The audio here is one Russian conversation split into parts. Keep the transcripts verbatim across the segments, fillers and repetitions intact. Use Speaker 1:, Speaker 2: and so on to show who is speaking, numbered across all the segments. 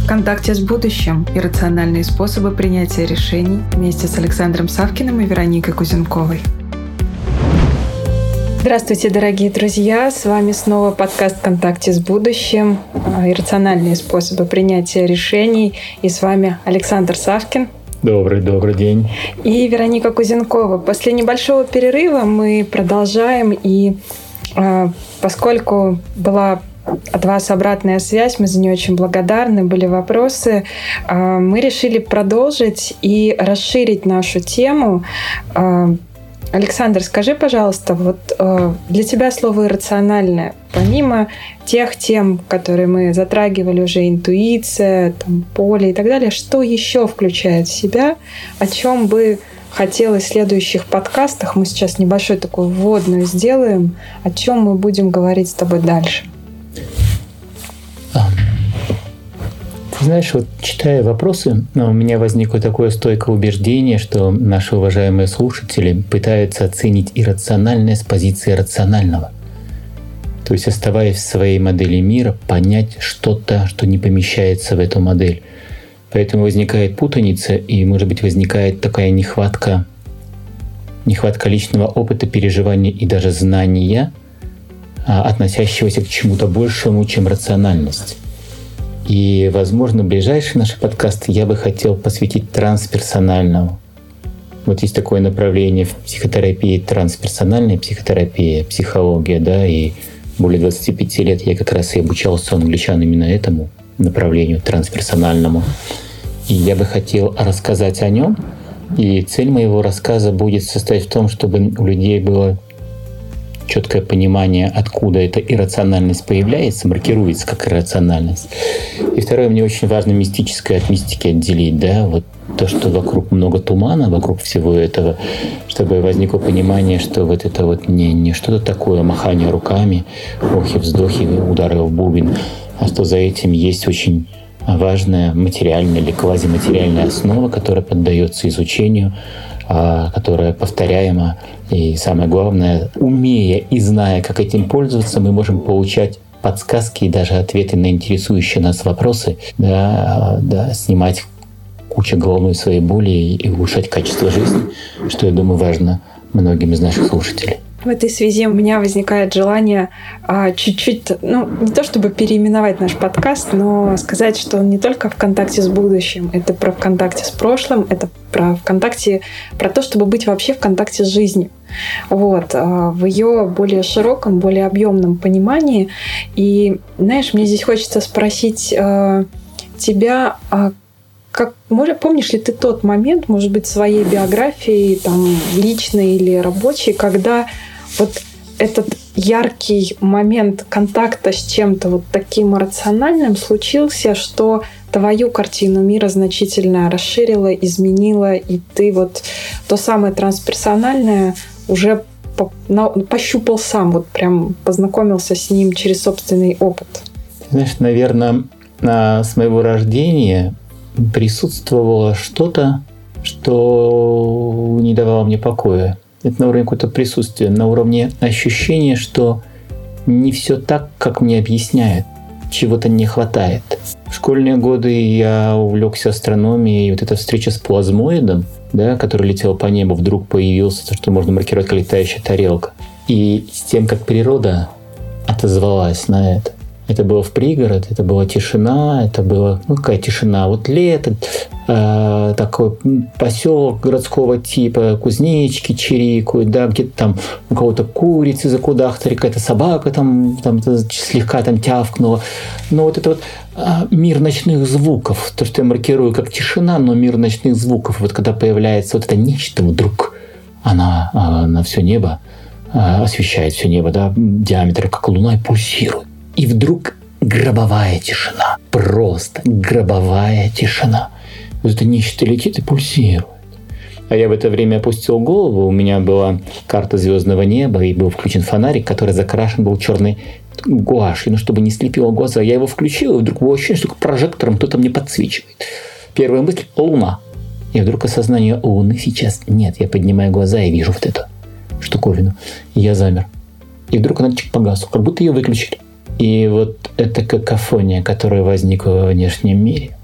Speaker 1: В контакте с будущим. Иррациональные способы принятия решений вместе с Александром Савкиным и Вероникой Кузенковой. Здравствуйте, дорогие друзья! С вами снова подкаст «В контакте с будущим. Иррациональные способы принятия решений». И с вами Александр Савкин.
Speaker 2: Добрый, добрый день.
Speaker 1: И Вероника Кузенкова. После небольшого перерыва мы продолжаем. И э, поскольку была от вас обратная связь, мы за нее очень благодарны, были вопросы, э, мы решили продолжить и расширить нашу тему. Э, Александр, скажи, пожалуйста, вот э, для тебя слово «иррациональное», помимо тех тем, которые мы затрагивали уже, интуиция, там, поле и так далее, что еще включает в себя, о чем бы хотелось в следующих подкастах, мы сейчас небольшой такую вводную сделаем, о чем мы будем говорить с тобой дальше?
Speaker 2: Ты знаешь, вот читая вопросы, у меня возникло такое стойкое убеждение, что наши уважаемые слушатели пытаются оценить иррациональное с позиции рационального. То есть, оставаясь в своей модели мира, понять что-то, что не помещается в эту модель. Поэтому возникает путаница, и, может быть, возникает такая нехватка, нехватка личного опыта, переживания и даже знания, относящегося к чему-то большему, чем рациональность. И, возможно, ближайший наш подкаст я бы хотел посвятить трансперсональному. Вот есть такое направление в психотерапии, трансперсональная психотерапия, психология, да, и более двадцати пяти лет я как раз и обучался у англичан именно этому направлению, трансперсональному. И я бы хотел рассказать о нем. И цель моего рассказа будет состоять в том, чтобы у людей было четкое понимание, откуда эта иррациональность появляется, маркируется как иррациональность. И второе, мне очень важно мистическое от мистики отделить, да, вот то, что вокруг много тумана, вокруг всего этого, чтобы возникло понимание, что вот это вот не, не что-то такое махание руками, охи-вздохи, удары в бубен, а что за этим есть очень важная материальная или квазиматериальная основа, которая поддается изучению, которая повторяема. И самое главное, умея и зная, как этим пользоваться, мы можем получать подсказки и даже ответы на интересующие нас вопросы, да, да, снимать кучу головной своей боли и улучшать качество жизни, что, я думаю, важно многим из наших слушателей.
Speaker 1: В этой связи у меня возникает желание а, чуть-чуть, ну, не то чтобы переименовать наш подкаст, но сказать, что он не только в контакте с будущим, это про в контакте с прошлым, это про в контакте, про то, чтобы быть вообще в контакте с жизнью. Вот, а, в ее более широком, более объемном понимании. И, знаешь, мне здесь хочется спросить а, тебя, а, Как, может, помнишь ли ты тот момент, может быть, своей биографии, там, личной или рабочей, когда вот этот яркий момент контакта с чем-то вот таким рациональным случился, что твою картину мира значительно расширила, изменила, и ты вот то самое трансперсональное уже по, на, пощупал сам, вот прям познакомился с ним через собственный опыт?
Speaker 2: Знаешь, наверное, с моего рождения присутствовало что-то, что не давало мне покоя. Это на уровне какого-то присутствия, на уровне ощущения, что не все так, как мне объясняют, чего-то не хватает. В школьные годы я увлекся астрономией, и вот эта встреча с плазмоидом, да, который летел по небу, вдруг появился, то, что можно маркировать как летающая тарелка. И с тем, как природа отозвалась на это. Это было в пригород, это была тишина, это была, ну какая тишина, вот лето, э, такой поселок городского типа, кузнечики чирикают, да, где-то там у кого-то курицы закудахтали, какая-то собака там, там слегка там тявкнула. Но вот это вот э, мир ночных звуков, то, что я маркирую как тишина, но мир ночных звуков, вот когда появляется вот это нечто вдруг, она э, на все небо э, освещает все небо, да, диаметр как луна и пульсирует. И вдруг гробовая тишина. Просто гробовая тишина. Вот это нечто летит и пульсирует. А я в это время опустил голову. У меня была карта звездного неба, и был включен фонарик, который закрашен был черной гуашью. Но чтобы не слепило глаза, я его включил, и вдруг было ощущение, что прожектором кто-то мне подсвечивает. Первая мысль – Луна. И вдруг осознание Луны сейчас нет. Я поднимаю глаза и вижу вот эту штуковину. И я замер. И вдруг она чик погасла, как будто ее выключили. И вот эта какофония, которая возникла во внешнем мире,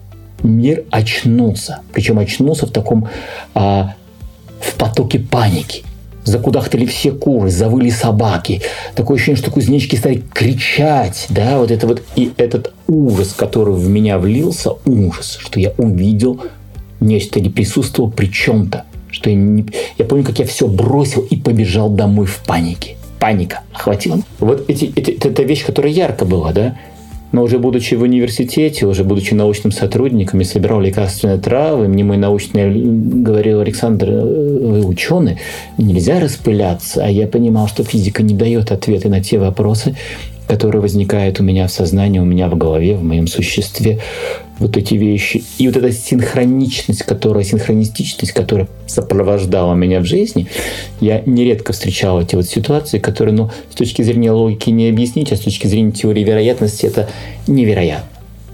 Speaker 2: Мир очнулся. Причем очнулся в таком, а, в потоке паники. Закудахтали все куры, завыли собаки. Такое ощущение, что кузнечики стали кричать. Да, вот это вот. И этот ужас, который в меня влился, ужас, что я увидел нечто, не присутствовал при чем-то. Что я, не... я помню, как я все бросил и побежал домой в панике. Паника охватила. Вот эти, эти, это вещь, которая ярко была, да? Но уже будучи в университете, уже будучи научным сотрудником, я собирал лекарственные травы. Мне мой научный говорил: Александр, вы ученый, нельзя распыляться. А я понимал, что физика не дает ответы на те вопросы, которые возникают у меня в сознании, у меня в голове, в моем существе. Вот эти вещи. И вот эта синхроничность, которая, синхронистичность, которая сопровождала меня в жизни, я нередко встречал эти вот ситуации, которые, ну, с точки зрения логики не объяснить, а с точки зрения теории вероятности это невероятно.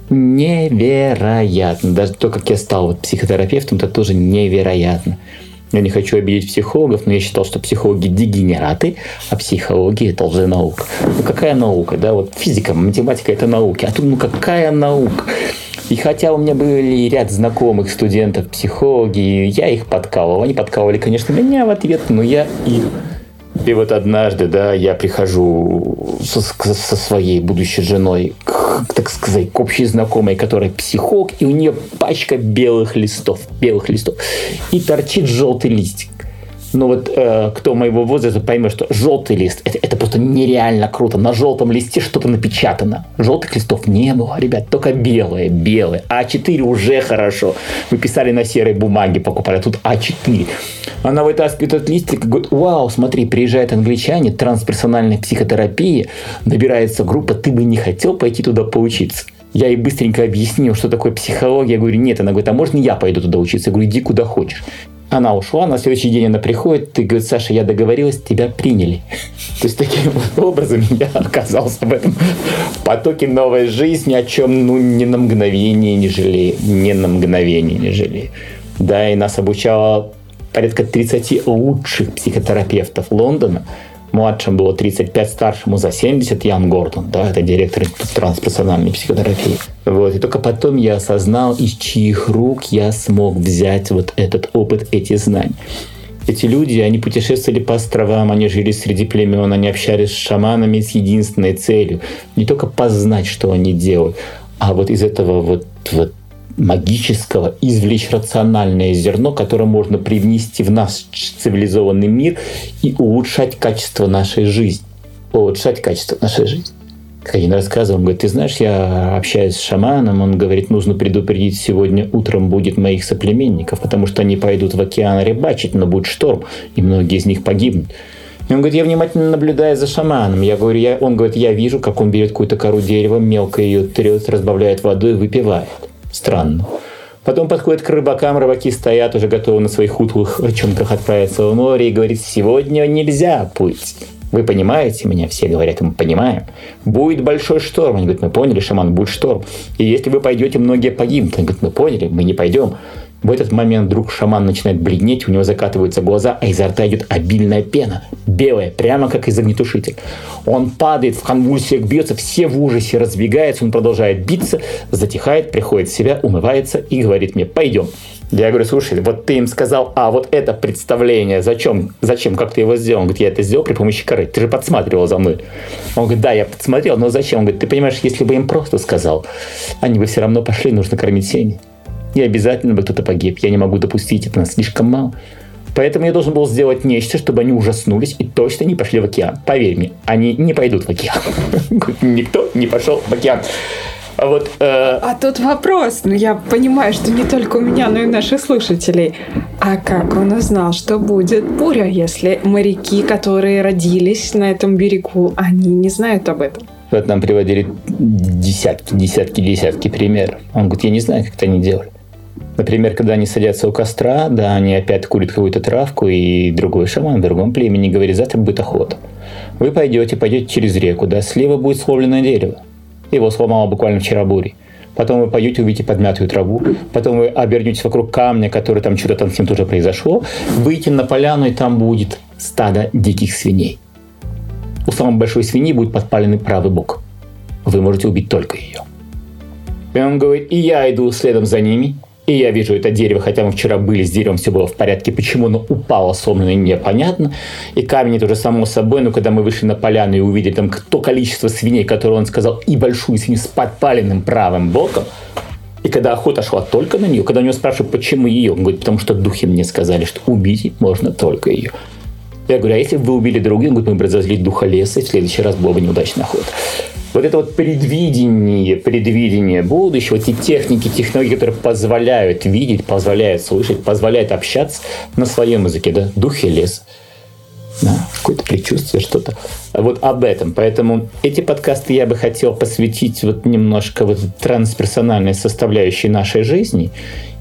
Speaker 2: Невероятно. Даже то, как я стал вот психотерапевтом, это тоже невероятно. Я не хочу обидеть психологов, но я считал, что психологи дегенераты, а психология – это лженаука. Ну какая наука, да? Вот физика, математика – это науки. А тут ну какая наука? И хотя у меня были ряд знакомых студентов психологии, я их подкалывал. Они подкалывали, конечно, меня в ответ, но я их. И вот однажды, да, я прихожу со, со своей будущей женой, к, так сказать, к общей знакомой, которая психолог, и у нее пачка белых листов, белых листов, и торчит желтый листик. Но вот э, кто моего возраста поймет, что желтый лист это, это просто нереально круто. На желтом листе что-то напечатано. Желтых листов не было, ребят, только белые, белые. а четыре уже хорошо. Мы писали на серой бумаге, покупали, а тут а четыре. Она вытаскивает этот листик и говорит: вау, смотри, приезжают англичане, трансперсональная психотерапия, набирается группа, ты бы не хотел пойти туда поучиться? Я ей быстренько объяснил, что такое психология. Я говорю: нет. Она говорит: а можно я пойду туда учиться? Я говорю: иди куда хочешь. Она ушла, на следующий день она приходит, ты говорит: Саша, я договорилась, тебя приняли. То есть таким образом я оказался в этом потоке новой жизни, о чем ну ни на мгновение не жалею, ни на мгновение не жалею. Да, и нас обучало порядка тридцать лучших психотерапевтов Лондона. Младшему было тридцать пять, старшему за семьдесят, Ян Гордон, да, это директор трансперсональной психотерапии. Вот. И только потом я осознал, из чьих рук я смог взять вот этот опыт, эти знания. Эти люди, они путешествовали по островам, они жили среди племен, они общались с шаманами с единственной целью. Не только познать, что они делают, а вот из этого вот, вот магического извлечь рациональное зерно, которое можно привнести в наш цивилизованный мир и улучшать качество нашей жизни. Улучшать качество нашей жизни. Как один рассказывал, он говорит: ты знаешь, я общаюсь с шаманом, он говорит: нужно предупредить, сегодня утром будет моих соплеменников, потому что они пойдут в океан рыбачить, но будет шторм, и многие из них погибнут. И он говорит: я внимательно наблюдаю за шаманом. Я говорю, я, он говорит: я вижу, как он берет какую-то кору дерева, мелко ее трет, разбавляет водой и выпивает. Странно. Потом подходит к рыбакам, рыбаки стоят, уже готовы на своих утлых чонках отправиться в море, и говорит: сегодня нельзя плыть. Вы понимаете меня? Все говорят: мы понимаем. Будет большой шторм. Они говорят: мы поняли, шаман, будет шторм. И если вы пойдете, многие погибнут. Они говорят: мы поняли, мы не пойдем. В этот момент вдруг шаман начинает бледнеть, у него закатываются глаза, а изо рта идет обильная пена, белая, прямо как из огнетушителя. Он падает, в конвульсиях бьется, все в ужасе разбегаются, он продолжает биться, затихает, приходит в себя, умывается и говорит мне: пойдем. Я говорю: слушай, вот ты им сказал, а вот это представление, зачем, зачем, как ты его сделал? Он говорит: я это сделал при помощи коры, ты же подсматривал за мной. Он говорит: да, я подсмотрел, но зачем? Он говорит: ты понимаешь, если бы им просто сказал, они бы все равно пошли, нужно кормить семьи. И обязательно бы кто-то погиб. Я не могу допустить, это нас слишком мало. Поэтому я должен был сделать нечто, чтобы они ужаснулись и точно не пошли в океан. Поверь мне, они не пойдут в океан. Никто не пошел в океан. А, вот, э...
Speaker 1: а тут вопрос. Ну, я понимаю, что не только у меня, но и у наших слушателей. А как он узнал, что будет буря, если моряки, которые родились на этом берегу, они не знают об этом?
Speaker 2: Вот нам приводили десятки, десятки, десятки примеров. Он говорит: я не знаю, как это они делали. Например, когда они садятся у костра, да, они опять курят какую-то травку, и другой шаман в другом племени говорит: завтра будет охота. Вы пойдете, пойдете через реку, да, слева будет сломленное дерево. Его сломало буквально вчера бурей. Потом вы пойдете, увидите подмятую траву. Потом вы обернетесь вокруг камня, который там что-то там с ним тоже произошло. Выйдете на поляну, и там будет стадо диких свиней. У самой большой свиньи будет подпаленный правый бок. Вы можете убить только ее. И он говорит, и я иду следом за ними, и я вижу это дерево, хотя мы вчера были с деревом, все было в порядке. Почему оно упало, сломано, непонятно. И камень тоже само собой. Но когда мы вышли на поляну и увидели там то количество свиней, которое он сказал, и большую свинью с подпаленным правым боком, и когда охота шла только на нее, когда у него спрашивают, почему ее, он говорит, потому что духи мне сказали, что убить можно только ее. Я говорю, а если бы вы убили других, он говорит, мы бы разозлили духа леса, и в следующий раз была бы неудачная охота. Вот это вот предвидение, предвидение будущего, эти техники, технологии, которые позволяют видеть, позволяют слышать, позволяют общаться на своем языке, да, духи леса. Да, какое-то предчувствие, что-то. Вот об этом. Поэтому эти подкасты я бы хотел посвятить вот немножко вот трансперсональной составляющей нашей жизни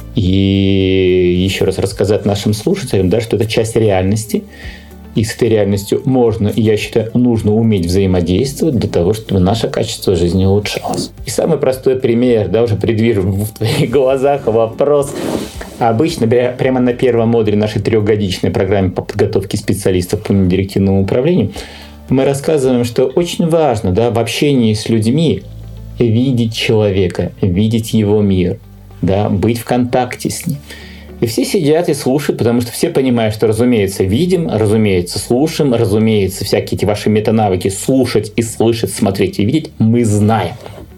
Speaker 2: и еще раз рассказать нашим слушателям, да, что это часть реальности. И с этой реальностью можно, и я считаю, нужно уметь взаимодействовать для того, чтобы наше качество жизни улучшалось. И самый простой пример, да, уже предвижу в твоих глазах вопрос. Обычно прямо на первом модуле нашей трехгодичной программы по подготовке специалистов по директивному управлению мы рассказываем, что очень важно, да, в общении с людьми видеть человека, видеть его мир, да, быть в контакте с ним. И все сидят и слушают, потому что все понимают, что, разумеется, видим, разумеется, слушаем, разумеется, всякие эти ваши метанавыки слушать и слышать, смотреть и видеть мы знаем.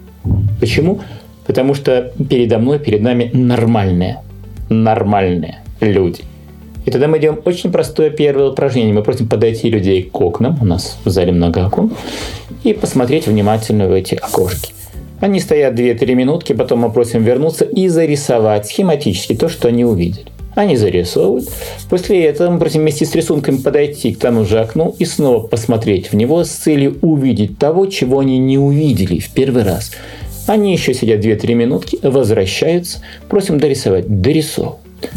Speaker 2: Почему? Потому что передо мной, перед нами нормальные, нормальные люди. И тогда мы делаем очень простое первое упражнение. Мы просим подойти людей к окнам, у нас в зале много окон, и посмотреть внимательно в эти окошки. Они стоят две-три минутки, потом мы просим вернуться и зарисовать схематически то, что они увидели. Они зарисовывают. После этого мы просим вместе с рисунками подойти к тому же окну и снова посмотреть в него с целью увидеть того, чего они не увидели в первый раз. Они еще сидят две-три минутки, возвращаются, просим дорисовать. Дорисовывают.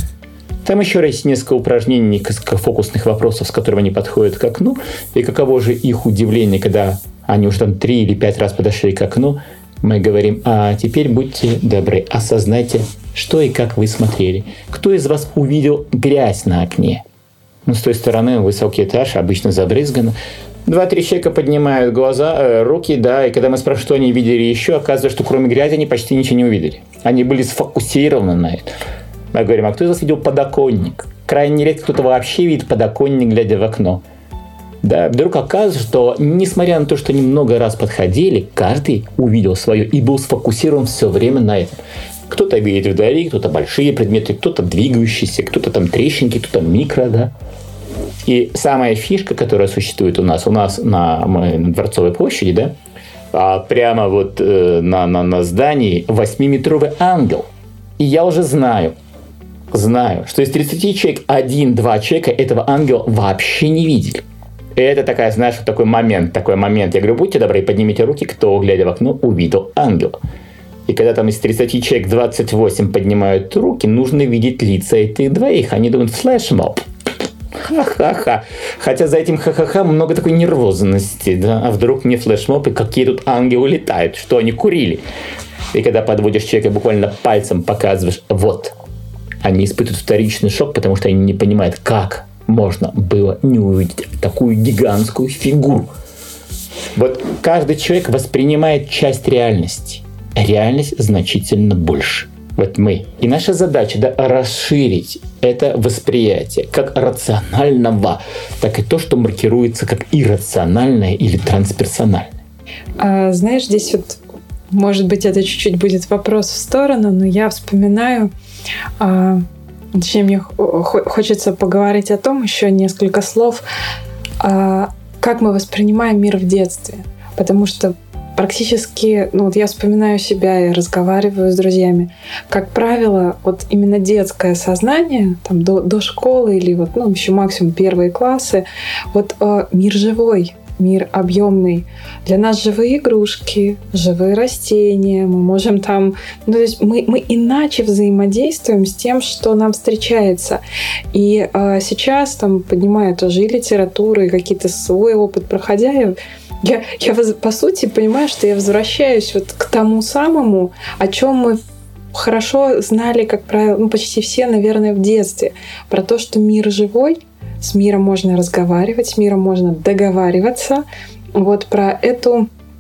Speaker 2: Там еще есть несколько упражнений, несколько фокусных вопросов, с которыми они подходят к окну. И каково же их удивление, когда они уже там три или пять раз подошли к окну, мы говорим, а теперь будьте добры, осознайте, что и как вы смотрели. Кто из вас увидел грязь на окне? Ну, с той стороны высокий этаж, обычно забрызгано. Два-три человека поднимают глаза, э, руки, да, и когда мы спрашиваем, что они видели еще, оказывается, что кроме грязи они почти ничего не увидели. Они были сфокусированы на этом. Мы говорим, а кто из вас видел подоконник? Крайне редко кто-то вообще видит подоконник, глядя в окно. Да, вдруг оказывается, что несмотря на то, что они много раз подходили, каждый увидел свое и был сфокусирован все время на этом. Кто-то видит вдали, кто-то большие предметы, кто-то двигающиеся, кто-то там трещинки, кто-то микро, да. И самая фишка, которая существует у нас, у нас на, мы на Дворцовой площади, да, а прямо вот э, на, на, на здании восьмиметровый ангел. И я уже знаю, знаю, что из тридцати человек один-два человека этого ангела вообще не видели. Это такая, знаешь, вот такой момент, такой момент. Я говорю, будьте добры, поднимите руки, кто, глядя в окно, увидел ангела. И когда там из тридцати человек двадцать восемь поднимают руки, нужно видеть лица этих двоих. Они думают, флешмоб. Ха-ха-ха. Хотя за этим ха-ха-ха много такой нервозности. Да? А вдруг не флешмоб, и какие тут ангелы летают, что они курили. И когда подводишь человека, буквально пальцем показываешь, вот. Они испытывают вторичный шок, потому что они не понимают, как можно было не увидеть такую гигантскую фигуру. Вот каждый человек воспринимает часть реальности. Реальность значительно больше. Вот мы. И наша задача, да, расширить это восприятие как рационального, так и то, что маркируется как иррациональное или трансперсональное.
Speaker 1: А, знаешь, здесь вот, может быть, это чуть-чуть будет вопрос в сторону, но я вспоминаю... А... Точнее, мне хочется поговорить о том, еще несколько слов, как мы воспринимаем мир в детстве. Потому что практически, ну вот я вспоминаю себя и разговариваю с друзьями, как правило, вот именно детское сознание, там до, до школы или вот, ну, еще максимум первые классы, вот мир живой. Мир объемный. Для нас живые игрушки, живые растения. Мы можем там... Ну, то есть мы, мы иначе взаимодействуем с тем, что нам встречается. И э, сейчас, там, поднимая тоже и литературу, и какие-то свой опыт проходя, я, я, я по сути понимаю, что я возвращаюсь вот к тому самому, о чем мы хорошо знали, как правило, ну, почти все, наверное, в детстве. Про то, что мир живой, с миром можно разговаривать, с миром можно договариваться. Вот про эту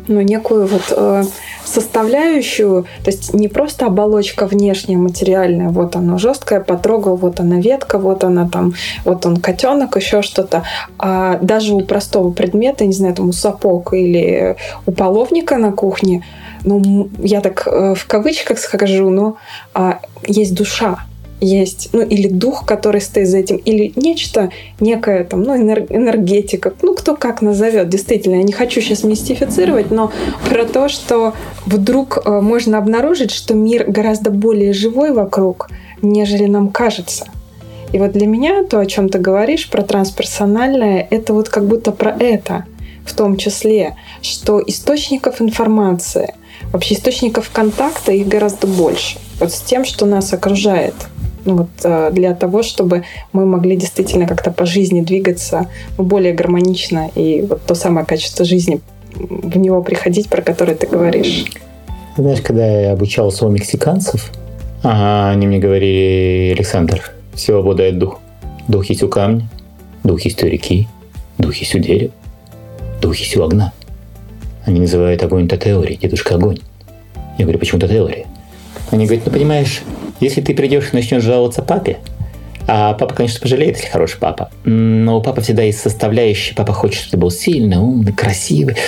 Speaker 1: ну, некую вот э, составляющую, то есть не просто оболочка внешняя, материальная, вот оно жесткое, потрогал, вот она ветка, вот она там, вот он котенок, еще что-то, а даже у простого предмета, не знаю, там у сапог или у половника на кухне, ну, я так э, в кавычках скажу, но а, есть душа. Есть, ну, или дух, который стоит за этим, или нечто, некая там, ну, энергетика, ну, кто как назовет, действительно, я не хочу сейчас мистифицировать, но про то, что вдруг э, можно обнаружить, что мир гораздо более живой вокруг, нежели нам кажется. И вот для меня то, о чем ты говоришь, про трансперсональное, это вот как будто про это, в том числе, что источников информации, вообще источников контакта, их гораздо больше, вот с тем, что нас окружает. Ну, вот, для того, чтобы мы могли действительно как-то по жизни двигаться более гармонично и вот то самое качество жизни в него приходить, про которое ты говоришь.
Speaker 2: Знаешь, когда я обучался у мексиканцев, они мне говорили: Александр, всего обладает дух. Дух есть у камня, дух есть у реки, дух есть у дерева, дух есть у огня. Они называют огонь Татеори, дедушка огонь. Я говорю: почему Татеори? Они говорят: ну, понимаешь, если ты придешь и начнешь жаловаться папе, а папа, конечно, пожалеет, если хороший папа, но у папы всегда есть составляющая, папа хочет, чтобы ты был сильный, умный, красивый,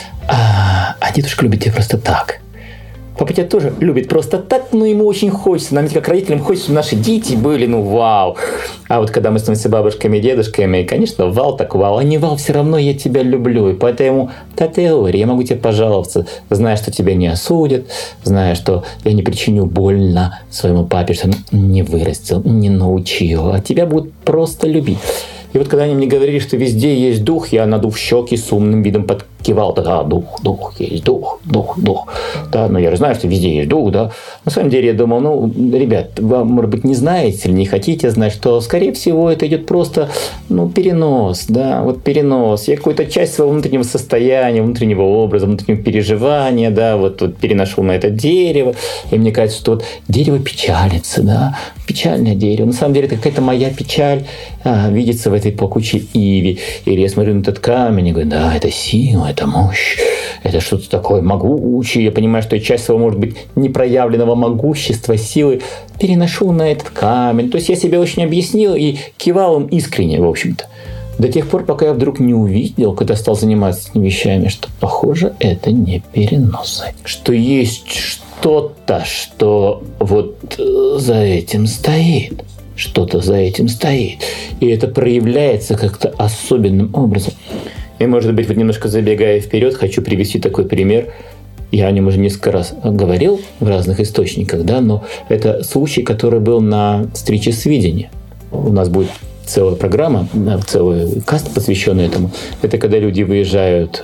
Speaker 2: а, а дедушка любит тебя просто так. Папа тебя тоже любит просто так, но ему очень хочется. Нам ведь как родителям хочется, чтобы наши дети были, ну, вау. А вот когда мы становимся бабушками и дедушками, конечно, вау так вау. А не вау, все равно я тебя люблю. И поэтому та теория, я могу тебе пожаловаться, зная, что тебя не осудят, зная, что я не причиню больно своему папе, что он не вырастил, не научил, а тебя будут просто любить. И вот когда они мне говорили, что везде есть дух, я, надув щеки, с умным видом подкивал. Да, дух, дух, есть дух, дух, дух. Да, но я же знаю, что везде есть дух, да. На самом деле я думал, ну, ребят, вы, может быть, не знаете или не хотите знать, что, скорее всего, это идет просто, ну, перенос, да, вот перенос. Я какую-то часть своего внутреннего состояния, внутреннего образа, внутреннего переживания, да, вот, вот переношу на это дерево. И мне кажется, что вот дерево печалится, да, печальное дерево. На самом деле это какая-то моя печаль а, видится в этой плакучей иве. Или я смотрю на этот камень и говорю: да, это сила, это мощь, это что-то такое могучее. Я понимаю, что я часть своего, может быть, непроявленного могущества, силы переношу на этот камень. То есть я себе очень объяснил и кивал им искренне, в общем-то. До тех пор, пока я вдруг не увидел, когда стал заниматься этими вещами, что, похоже, это не переносы. Что есть что-то, что вот за этим стоит. Что-то за этим стоит. И это проявляется как-то особенным образом. И, может быть, вот немножко забегая вперед, хочу привести такой пример. Я о нем уже несколько раз говорил в разных источниках, да, но это случай, который был на встрече с видением. У нас будет целая программа, целый каст, посвященный этому. Это когда люди выезжают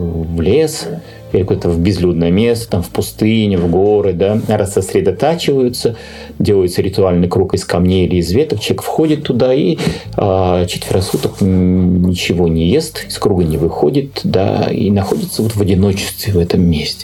Speaker 2: в лес или куда-то в безлюдное место, там, в пустыню, в горы, да, рассосредотачиваются, делается ритуальный круг из камней или из веток, человек входит туда и а, четверо суток ничего не ест, из круга не выходит, да, и находится вот в одиночестве в этом месте.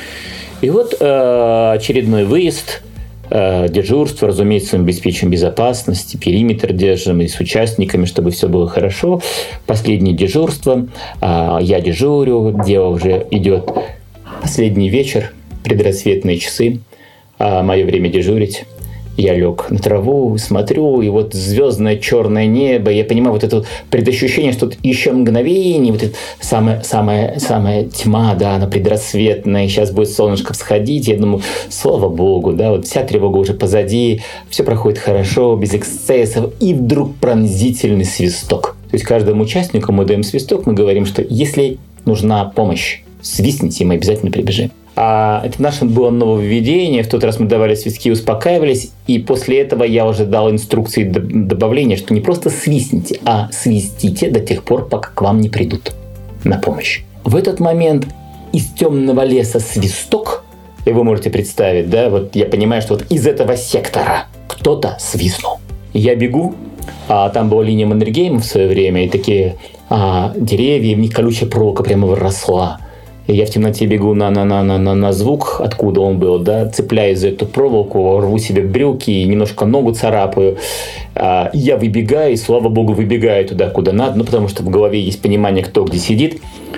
Speaker 2: И вот а, очередной выезд, дежурство, разумеется, мы обеспечим безопасность, периметр держим и с участниками, чтобы все было хорошо. Последнее дежурство, я дежурю, дело уже идет последний вечер, предрассветные часы, мое время дежурить. Я лег на траву, смотрю, и вот звездное черное небо, я понимаю вот это вот предощущение, что тут еще мгновение, вот это самая, самая, самая тьма, да, она предрассветная, и сейчас будет солнышко всходить, я думаю, слава богу, да, вот вся тревога уже позади, все проходит хорошо, без эксцессов, и вдруг пронзительный свисток. То есть каждому участнику мы даем свисток, мы говорим, что если нужна помощь, свистните, и мы обязательно прибежим. А это наше было нововведение. В тот раз мы давали свистки и успокаивались. И после этого я уже дал инструкции добавления, что не просто свистните, а свистите до тех пор, пока к вам не придут на помощь. В этот момент из темного леса свисток, и вы можете представить, да, вот я понимаю, что вот из этого сектора кто-то свистнул. Я бегу, а там была линия Маннергейма в свое время, и такие а, деревья, в них колючая проволока прямо выросла. И я в темноте бегу на, на, на, на, на звук, откуда он был, да, цепляюсь за эту проволоку, рву себе брюки, немножко ногу царапаю. А, я выбегаю, и, слава богу, выбегаю туда, куда надо, ну, потому что в голове есть понимание, кто где сидит.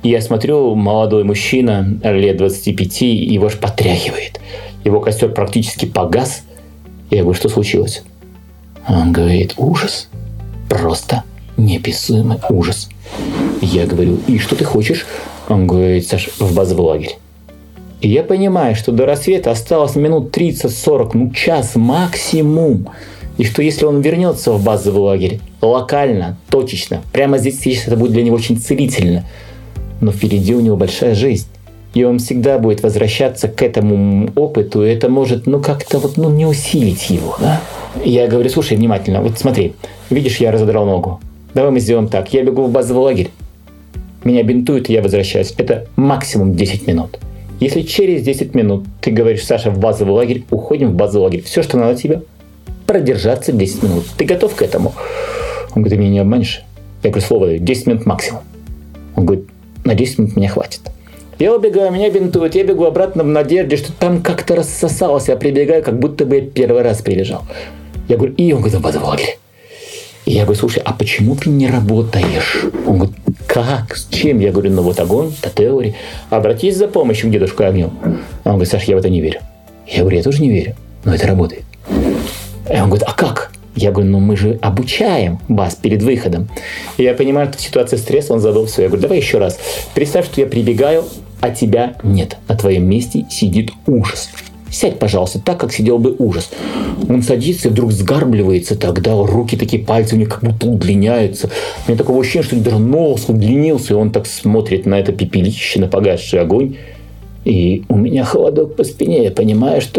Speaker 2: И я смотрю, молодой мужчина, лет двадцати пяти, его аж потряхивает. Его костер практически погас. Я говорю, что случилось? Он говорит, ужас. Просто неописуемый ужас. Я говорю, и что ты хочешь? Он говорит, Саш, в базовый лагерь. И я понимаю, что до рассвета осталось минут тридцать-сорок, ну час максимум. И что если он вернется в базовый лагерь локально, точечно, прямо здесь сейчас это будет для него очень целительно. Но впереди у него большая жизнь. И он всегда будет возвращаться к этому опыту, и это может, ну, как-то вот, ну, не усилить его, да? Я говорю, слушай, внимательно, вот смотри, видишь, я разодрал ногу. Давай мы сделаем так, я бегу в базовый лагерь, меня бинтуют, и я возвращаюсь. Это максимум десять минут. Если через десять минут ты говоришь, Саша, в базовый лагерь, уходим в базовый лагерь. Все, что надо тебе, продержаться десять минут. Ты готов к этому? Он говорит, ты меня не обманешь? Я говорю, слово даю, десять минут максимум. Он говорит, на десять минут меня хватит. Я убегаю, меня бинтуют, я бегу обратно в надежде, что там как-то рассосалось. Я прибегаю, как будто бы я первый раз прибежал. Я говорю, и он говорит, в базовый лагерь. И я говорю, слушай, а почему ты не работаешь? Он говорит, как? С чем? Я говорю, ну вот огонь, та теория. Обратись за помощью к дедушку огню. Он говорит, Саша, я в это не верю. Я говорю, я тоже не верю, но это работает. И он говорит, а как? Я говорю, ну мы же обучаем вас перед выходом. И я понимаю, что в ситуации стресса он задал все. Я говорю, давай еще раз. Представь, что я прибегаю, а тебя нет. На твоем месте сидит ужас. Сядь, пожалуйста, так, как сидел бы ужас. Он садится и вдруг сгарбливается тогда, руки такие, пальцы у него как будто удлиняются. У меня такое ощущение, что даже нос удлинился, и он так смотрит на это пепелище, на погасший огонь. И у меня холодок по спине, я понимаю, что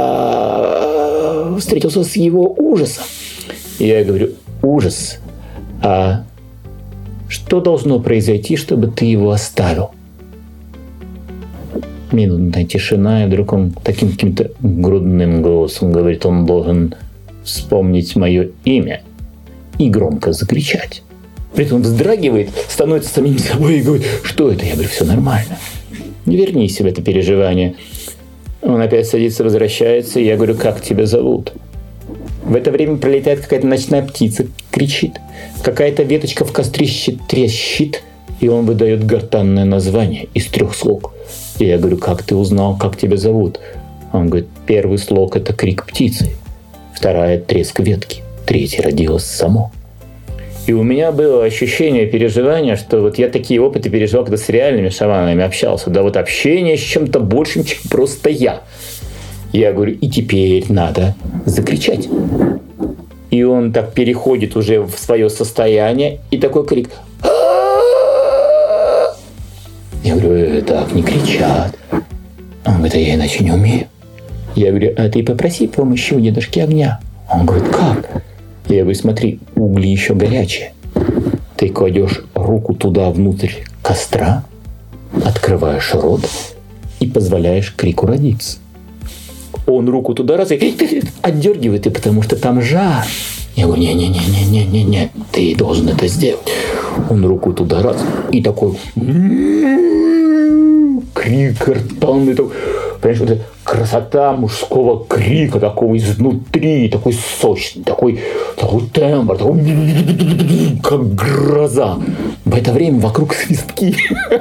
Speaker 2: я встретился с его ужасом. И я говорю, ужас, а что должно произойти, чтобы ты его оставил? Минутная тишина, и вдруг он таким каким-то грудным голосом говорит, он должен вспомнить мое имя и громко закричать. При этом он вздрагивает, становится самим собой и говорит, что это? Я говорю, все нормально. Не вернись в это переживание. Он опять садится, возвращается, и я говорю, как тебя зовут? В это время пролетает какая-то ночная птица, кричит. Какая-то веточка в кострище трещит, и он выдает гортанное название из трех слог. И я говорю, как ты узнал, как тебя зовут? Он говорит, первый слог – это крик птицы, вторая – треск ветки, третья родилась само. И у меня было ощущение, переживание, что вот я такие опыты переживал, когда с реальными шаманами общался. Да вот общение с чем-то большим, чем просто я. Я говорю, и теперь надо закричать. И он так переходит уже в свое состояние, и такой крик. Я говорю, так не кричат. Он говорит, а я иначе не умею. Я говорю, а ты попроси помощи у дедушки огня. Он говорит, как? Я говорю, смотри, угли еще горячие. Ты кладешь руку туда внутрь костра, открываешь рот и позволяешь крику родиться. Он руку туда раз и отдергивает, и потому что там жар. Я говорю, не-не-не-не-не-не, ты должен это сделать. Он руку туда раз и такой крик гортанный, понимаешь, вот эта красота мужского крика, такого изнутри, такой сочный, такой, такой тембр, такой, как гроза. В это время вокруг свистки.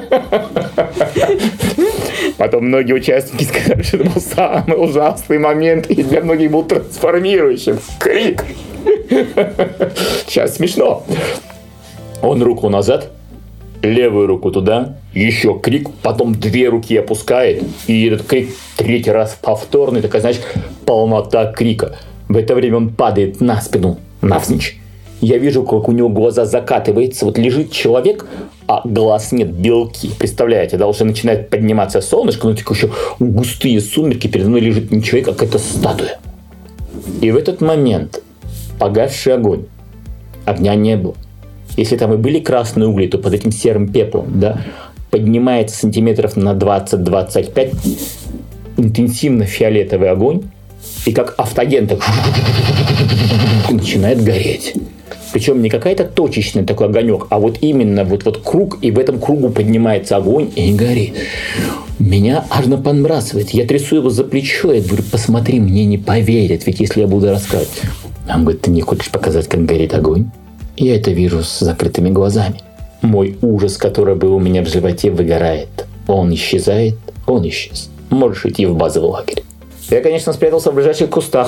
Speaker 2: Потом многие участники сказали, что это был самый ужасный момент, и для многих был трансформирующим. Крик. Сейчас смешно. Он руку назад, левую руку туда, еще крик, потом две руки опускает, и этот крик третий раз повторный, такая, знаешь, полнота крика. В это время он падает на спину, навзничь. Я вижу, как у него глаза закатываются. Вот лежит человек, а глаз нет, белки. Представляете, да, уже начинает подниматься солнышко, но такие еще густые сумерки, передо мной лежит не человек, а какая-то статуя. И в этот момент погасший огонь, огня не было. Если там и были красные угли, то под этим серым пеплом, да, поднимается сантиметров на двадцать-двадцать пять интенсивно фиолетовый огонь, и как автоген так начинает гореть. Причем не какая-то точечный такой огонек, а вот именно вот, вот круг, и в этом кругу поднимается огонь и горит. Меня аж подбрасывает. Я трясу его за плечо, я говорю, посмотри, мне не поверят, ведь если я буду рассказывать. Он говорит, ты не хочешь показать, как горит огонь? Я это вижу с закрытыми глазами. Мой ужас, который был у меня в животе, выгорает. Он исчезает, он исчез. Можешь идти в базовый лагерь. Я, конечно, спрятался в ближайших кустах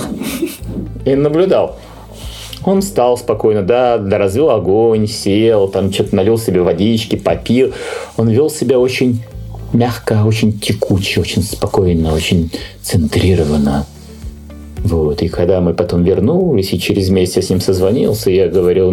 Speaker 2: и наблюдал. Он встал спокойно, да, да, развел огонь, сел, там что-то налил себе водички, попил. Он вел себя очень мягко, очень текуче, очень спокойно, очень центрированно. Вот. И когда мы потом вернулись, и через месяц я с ним созвонился, я говорил,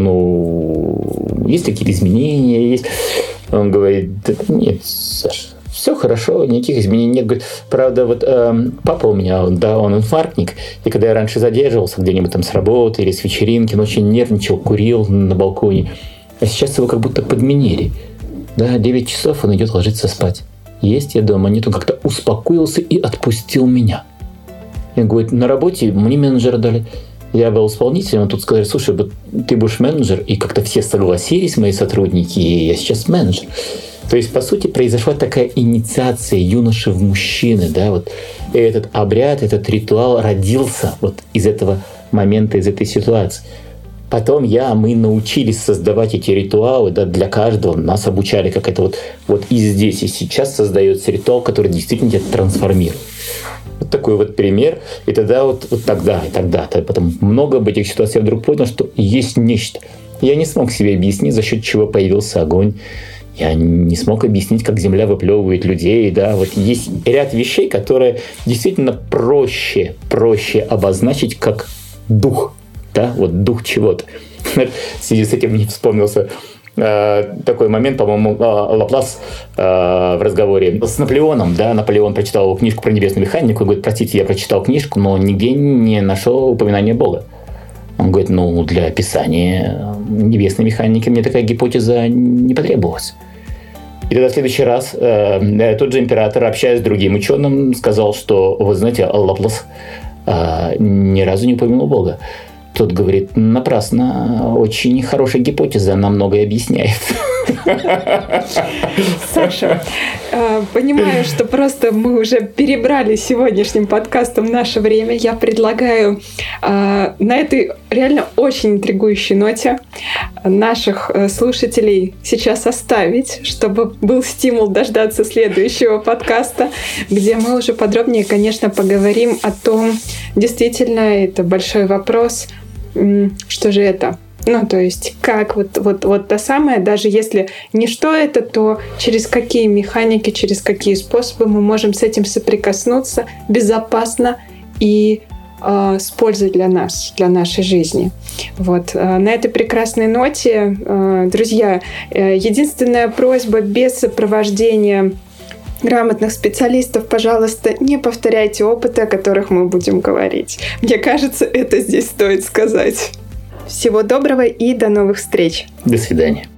Speaker 2: ну, есть какие-то изменения? Есть? Он говорит, да нет, Саша, все хорошо, никаких изменений нет. Говорит, правда, вот э, папа у меня, да, он инфарктник, и когда я раньше задерживался где-нибудь там с работы или с вечеринки, он очень нервничал, курил на балконе, а сейчас его как будто подменили. Да, девять часов он идет ложиться спать. Есть я дома, нет, он как-то успокоился и отпустил меня. Я говорю, на работе мне менеджера дали. Я был исполнителем, тут сказали, слушай, ты будешь менеджер, и как-то все согласились, мои сотрудники, и я сейчас менеджер. То есть, по сути, произошла такая инициация юноши в мужчины, да, вот и этот обряд, этот ритуал родился вот из этого момента, из этой ситуации. Потом я, мы научились создавать эти ритуалы, да, для каждого, нас обучали, как это вот, вот и здесь, и сейчас создается ритуал, который действительно тебя трансформирует. Вот такой вот пример. И тогда вот, вот тогда, и тогда, то потом много об этих ситуациях я вдруг понял, что есть нечто. Я не смог себе объяснить, за счет чего появился огонь. Я не смог объяснить, как Земля выплевывает людей. Да? Вот есть ряд вещей, которые действительно проще, проще обозначить как дух. Да? Вот дух чего-то. В связи с этим мне вспомнился такой момент, по-моему, Лаплас в разговоре с Наполеоном, да, Наполеон прочитал книжку про небесную механику и говорит, простите, я прочитал книжку, но нигде не нашел упоминания Бога. Он говорит, ну, для описания небесной механики мне такая гипотеза не потребовалась. И тогда в следующий раз э, тот же император, общаясь с другим ученым, сказал, что, вы знаете, Лаплас э, ни разу не упомянул Бога. Тот говорит, напрасно, очень хорошая гипотеза, она многое объясняет.
Speaker 1: Саша, понимаю, что просто мы уже перебрали сегодняшним подкастом наше время. Я предлагаю на этой реально очень интригующей ноте наших слушателей сейчас оставить, чтобы был стимул дождаться следующего подкаста, где мы уже подробнее, конечно, поговорим о том, действительно, это большой вопрос, что же это? Ну, то есть, как вот, вот, вот то самое, даже если не что это, то через какие механики, через какие способы мы можем с этим соприкоснуться безопасно и э, с пользой для нас, для нашей жизни. Вот. На этой прекрасной ноте, э, друзья, э, единственная просьба без сопровождения грамотных специалистов, пожалуйста, не повторяйте опыты, о которых мы будем говорить. Мне кажется, это здесь стоит сказать. Всего доброго и до новых встреч.
Speaker 2: До свидания.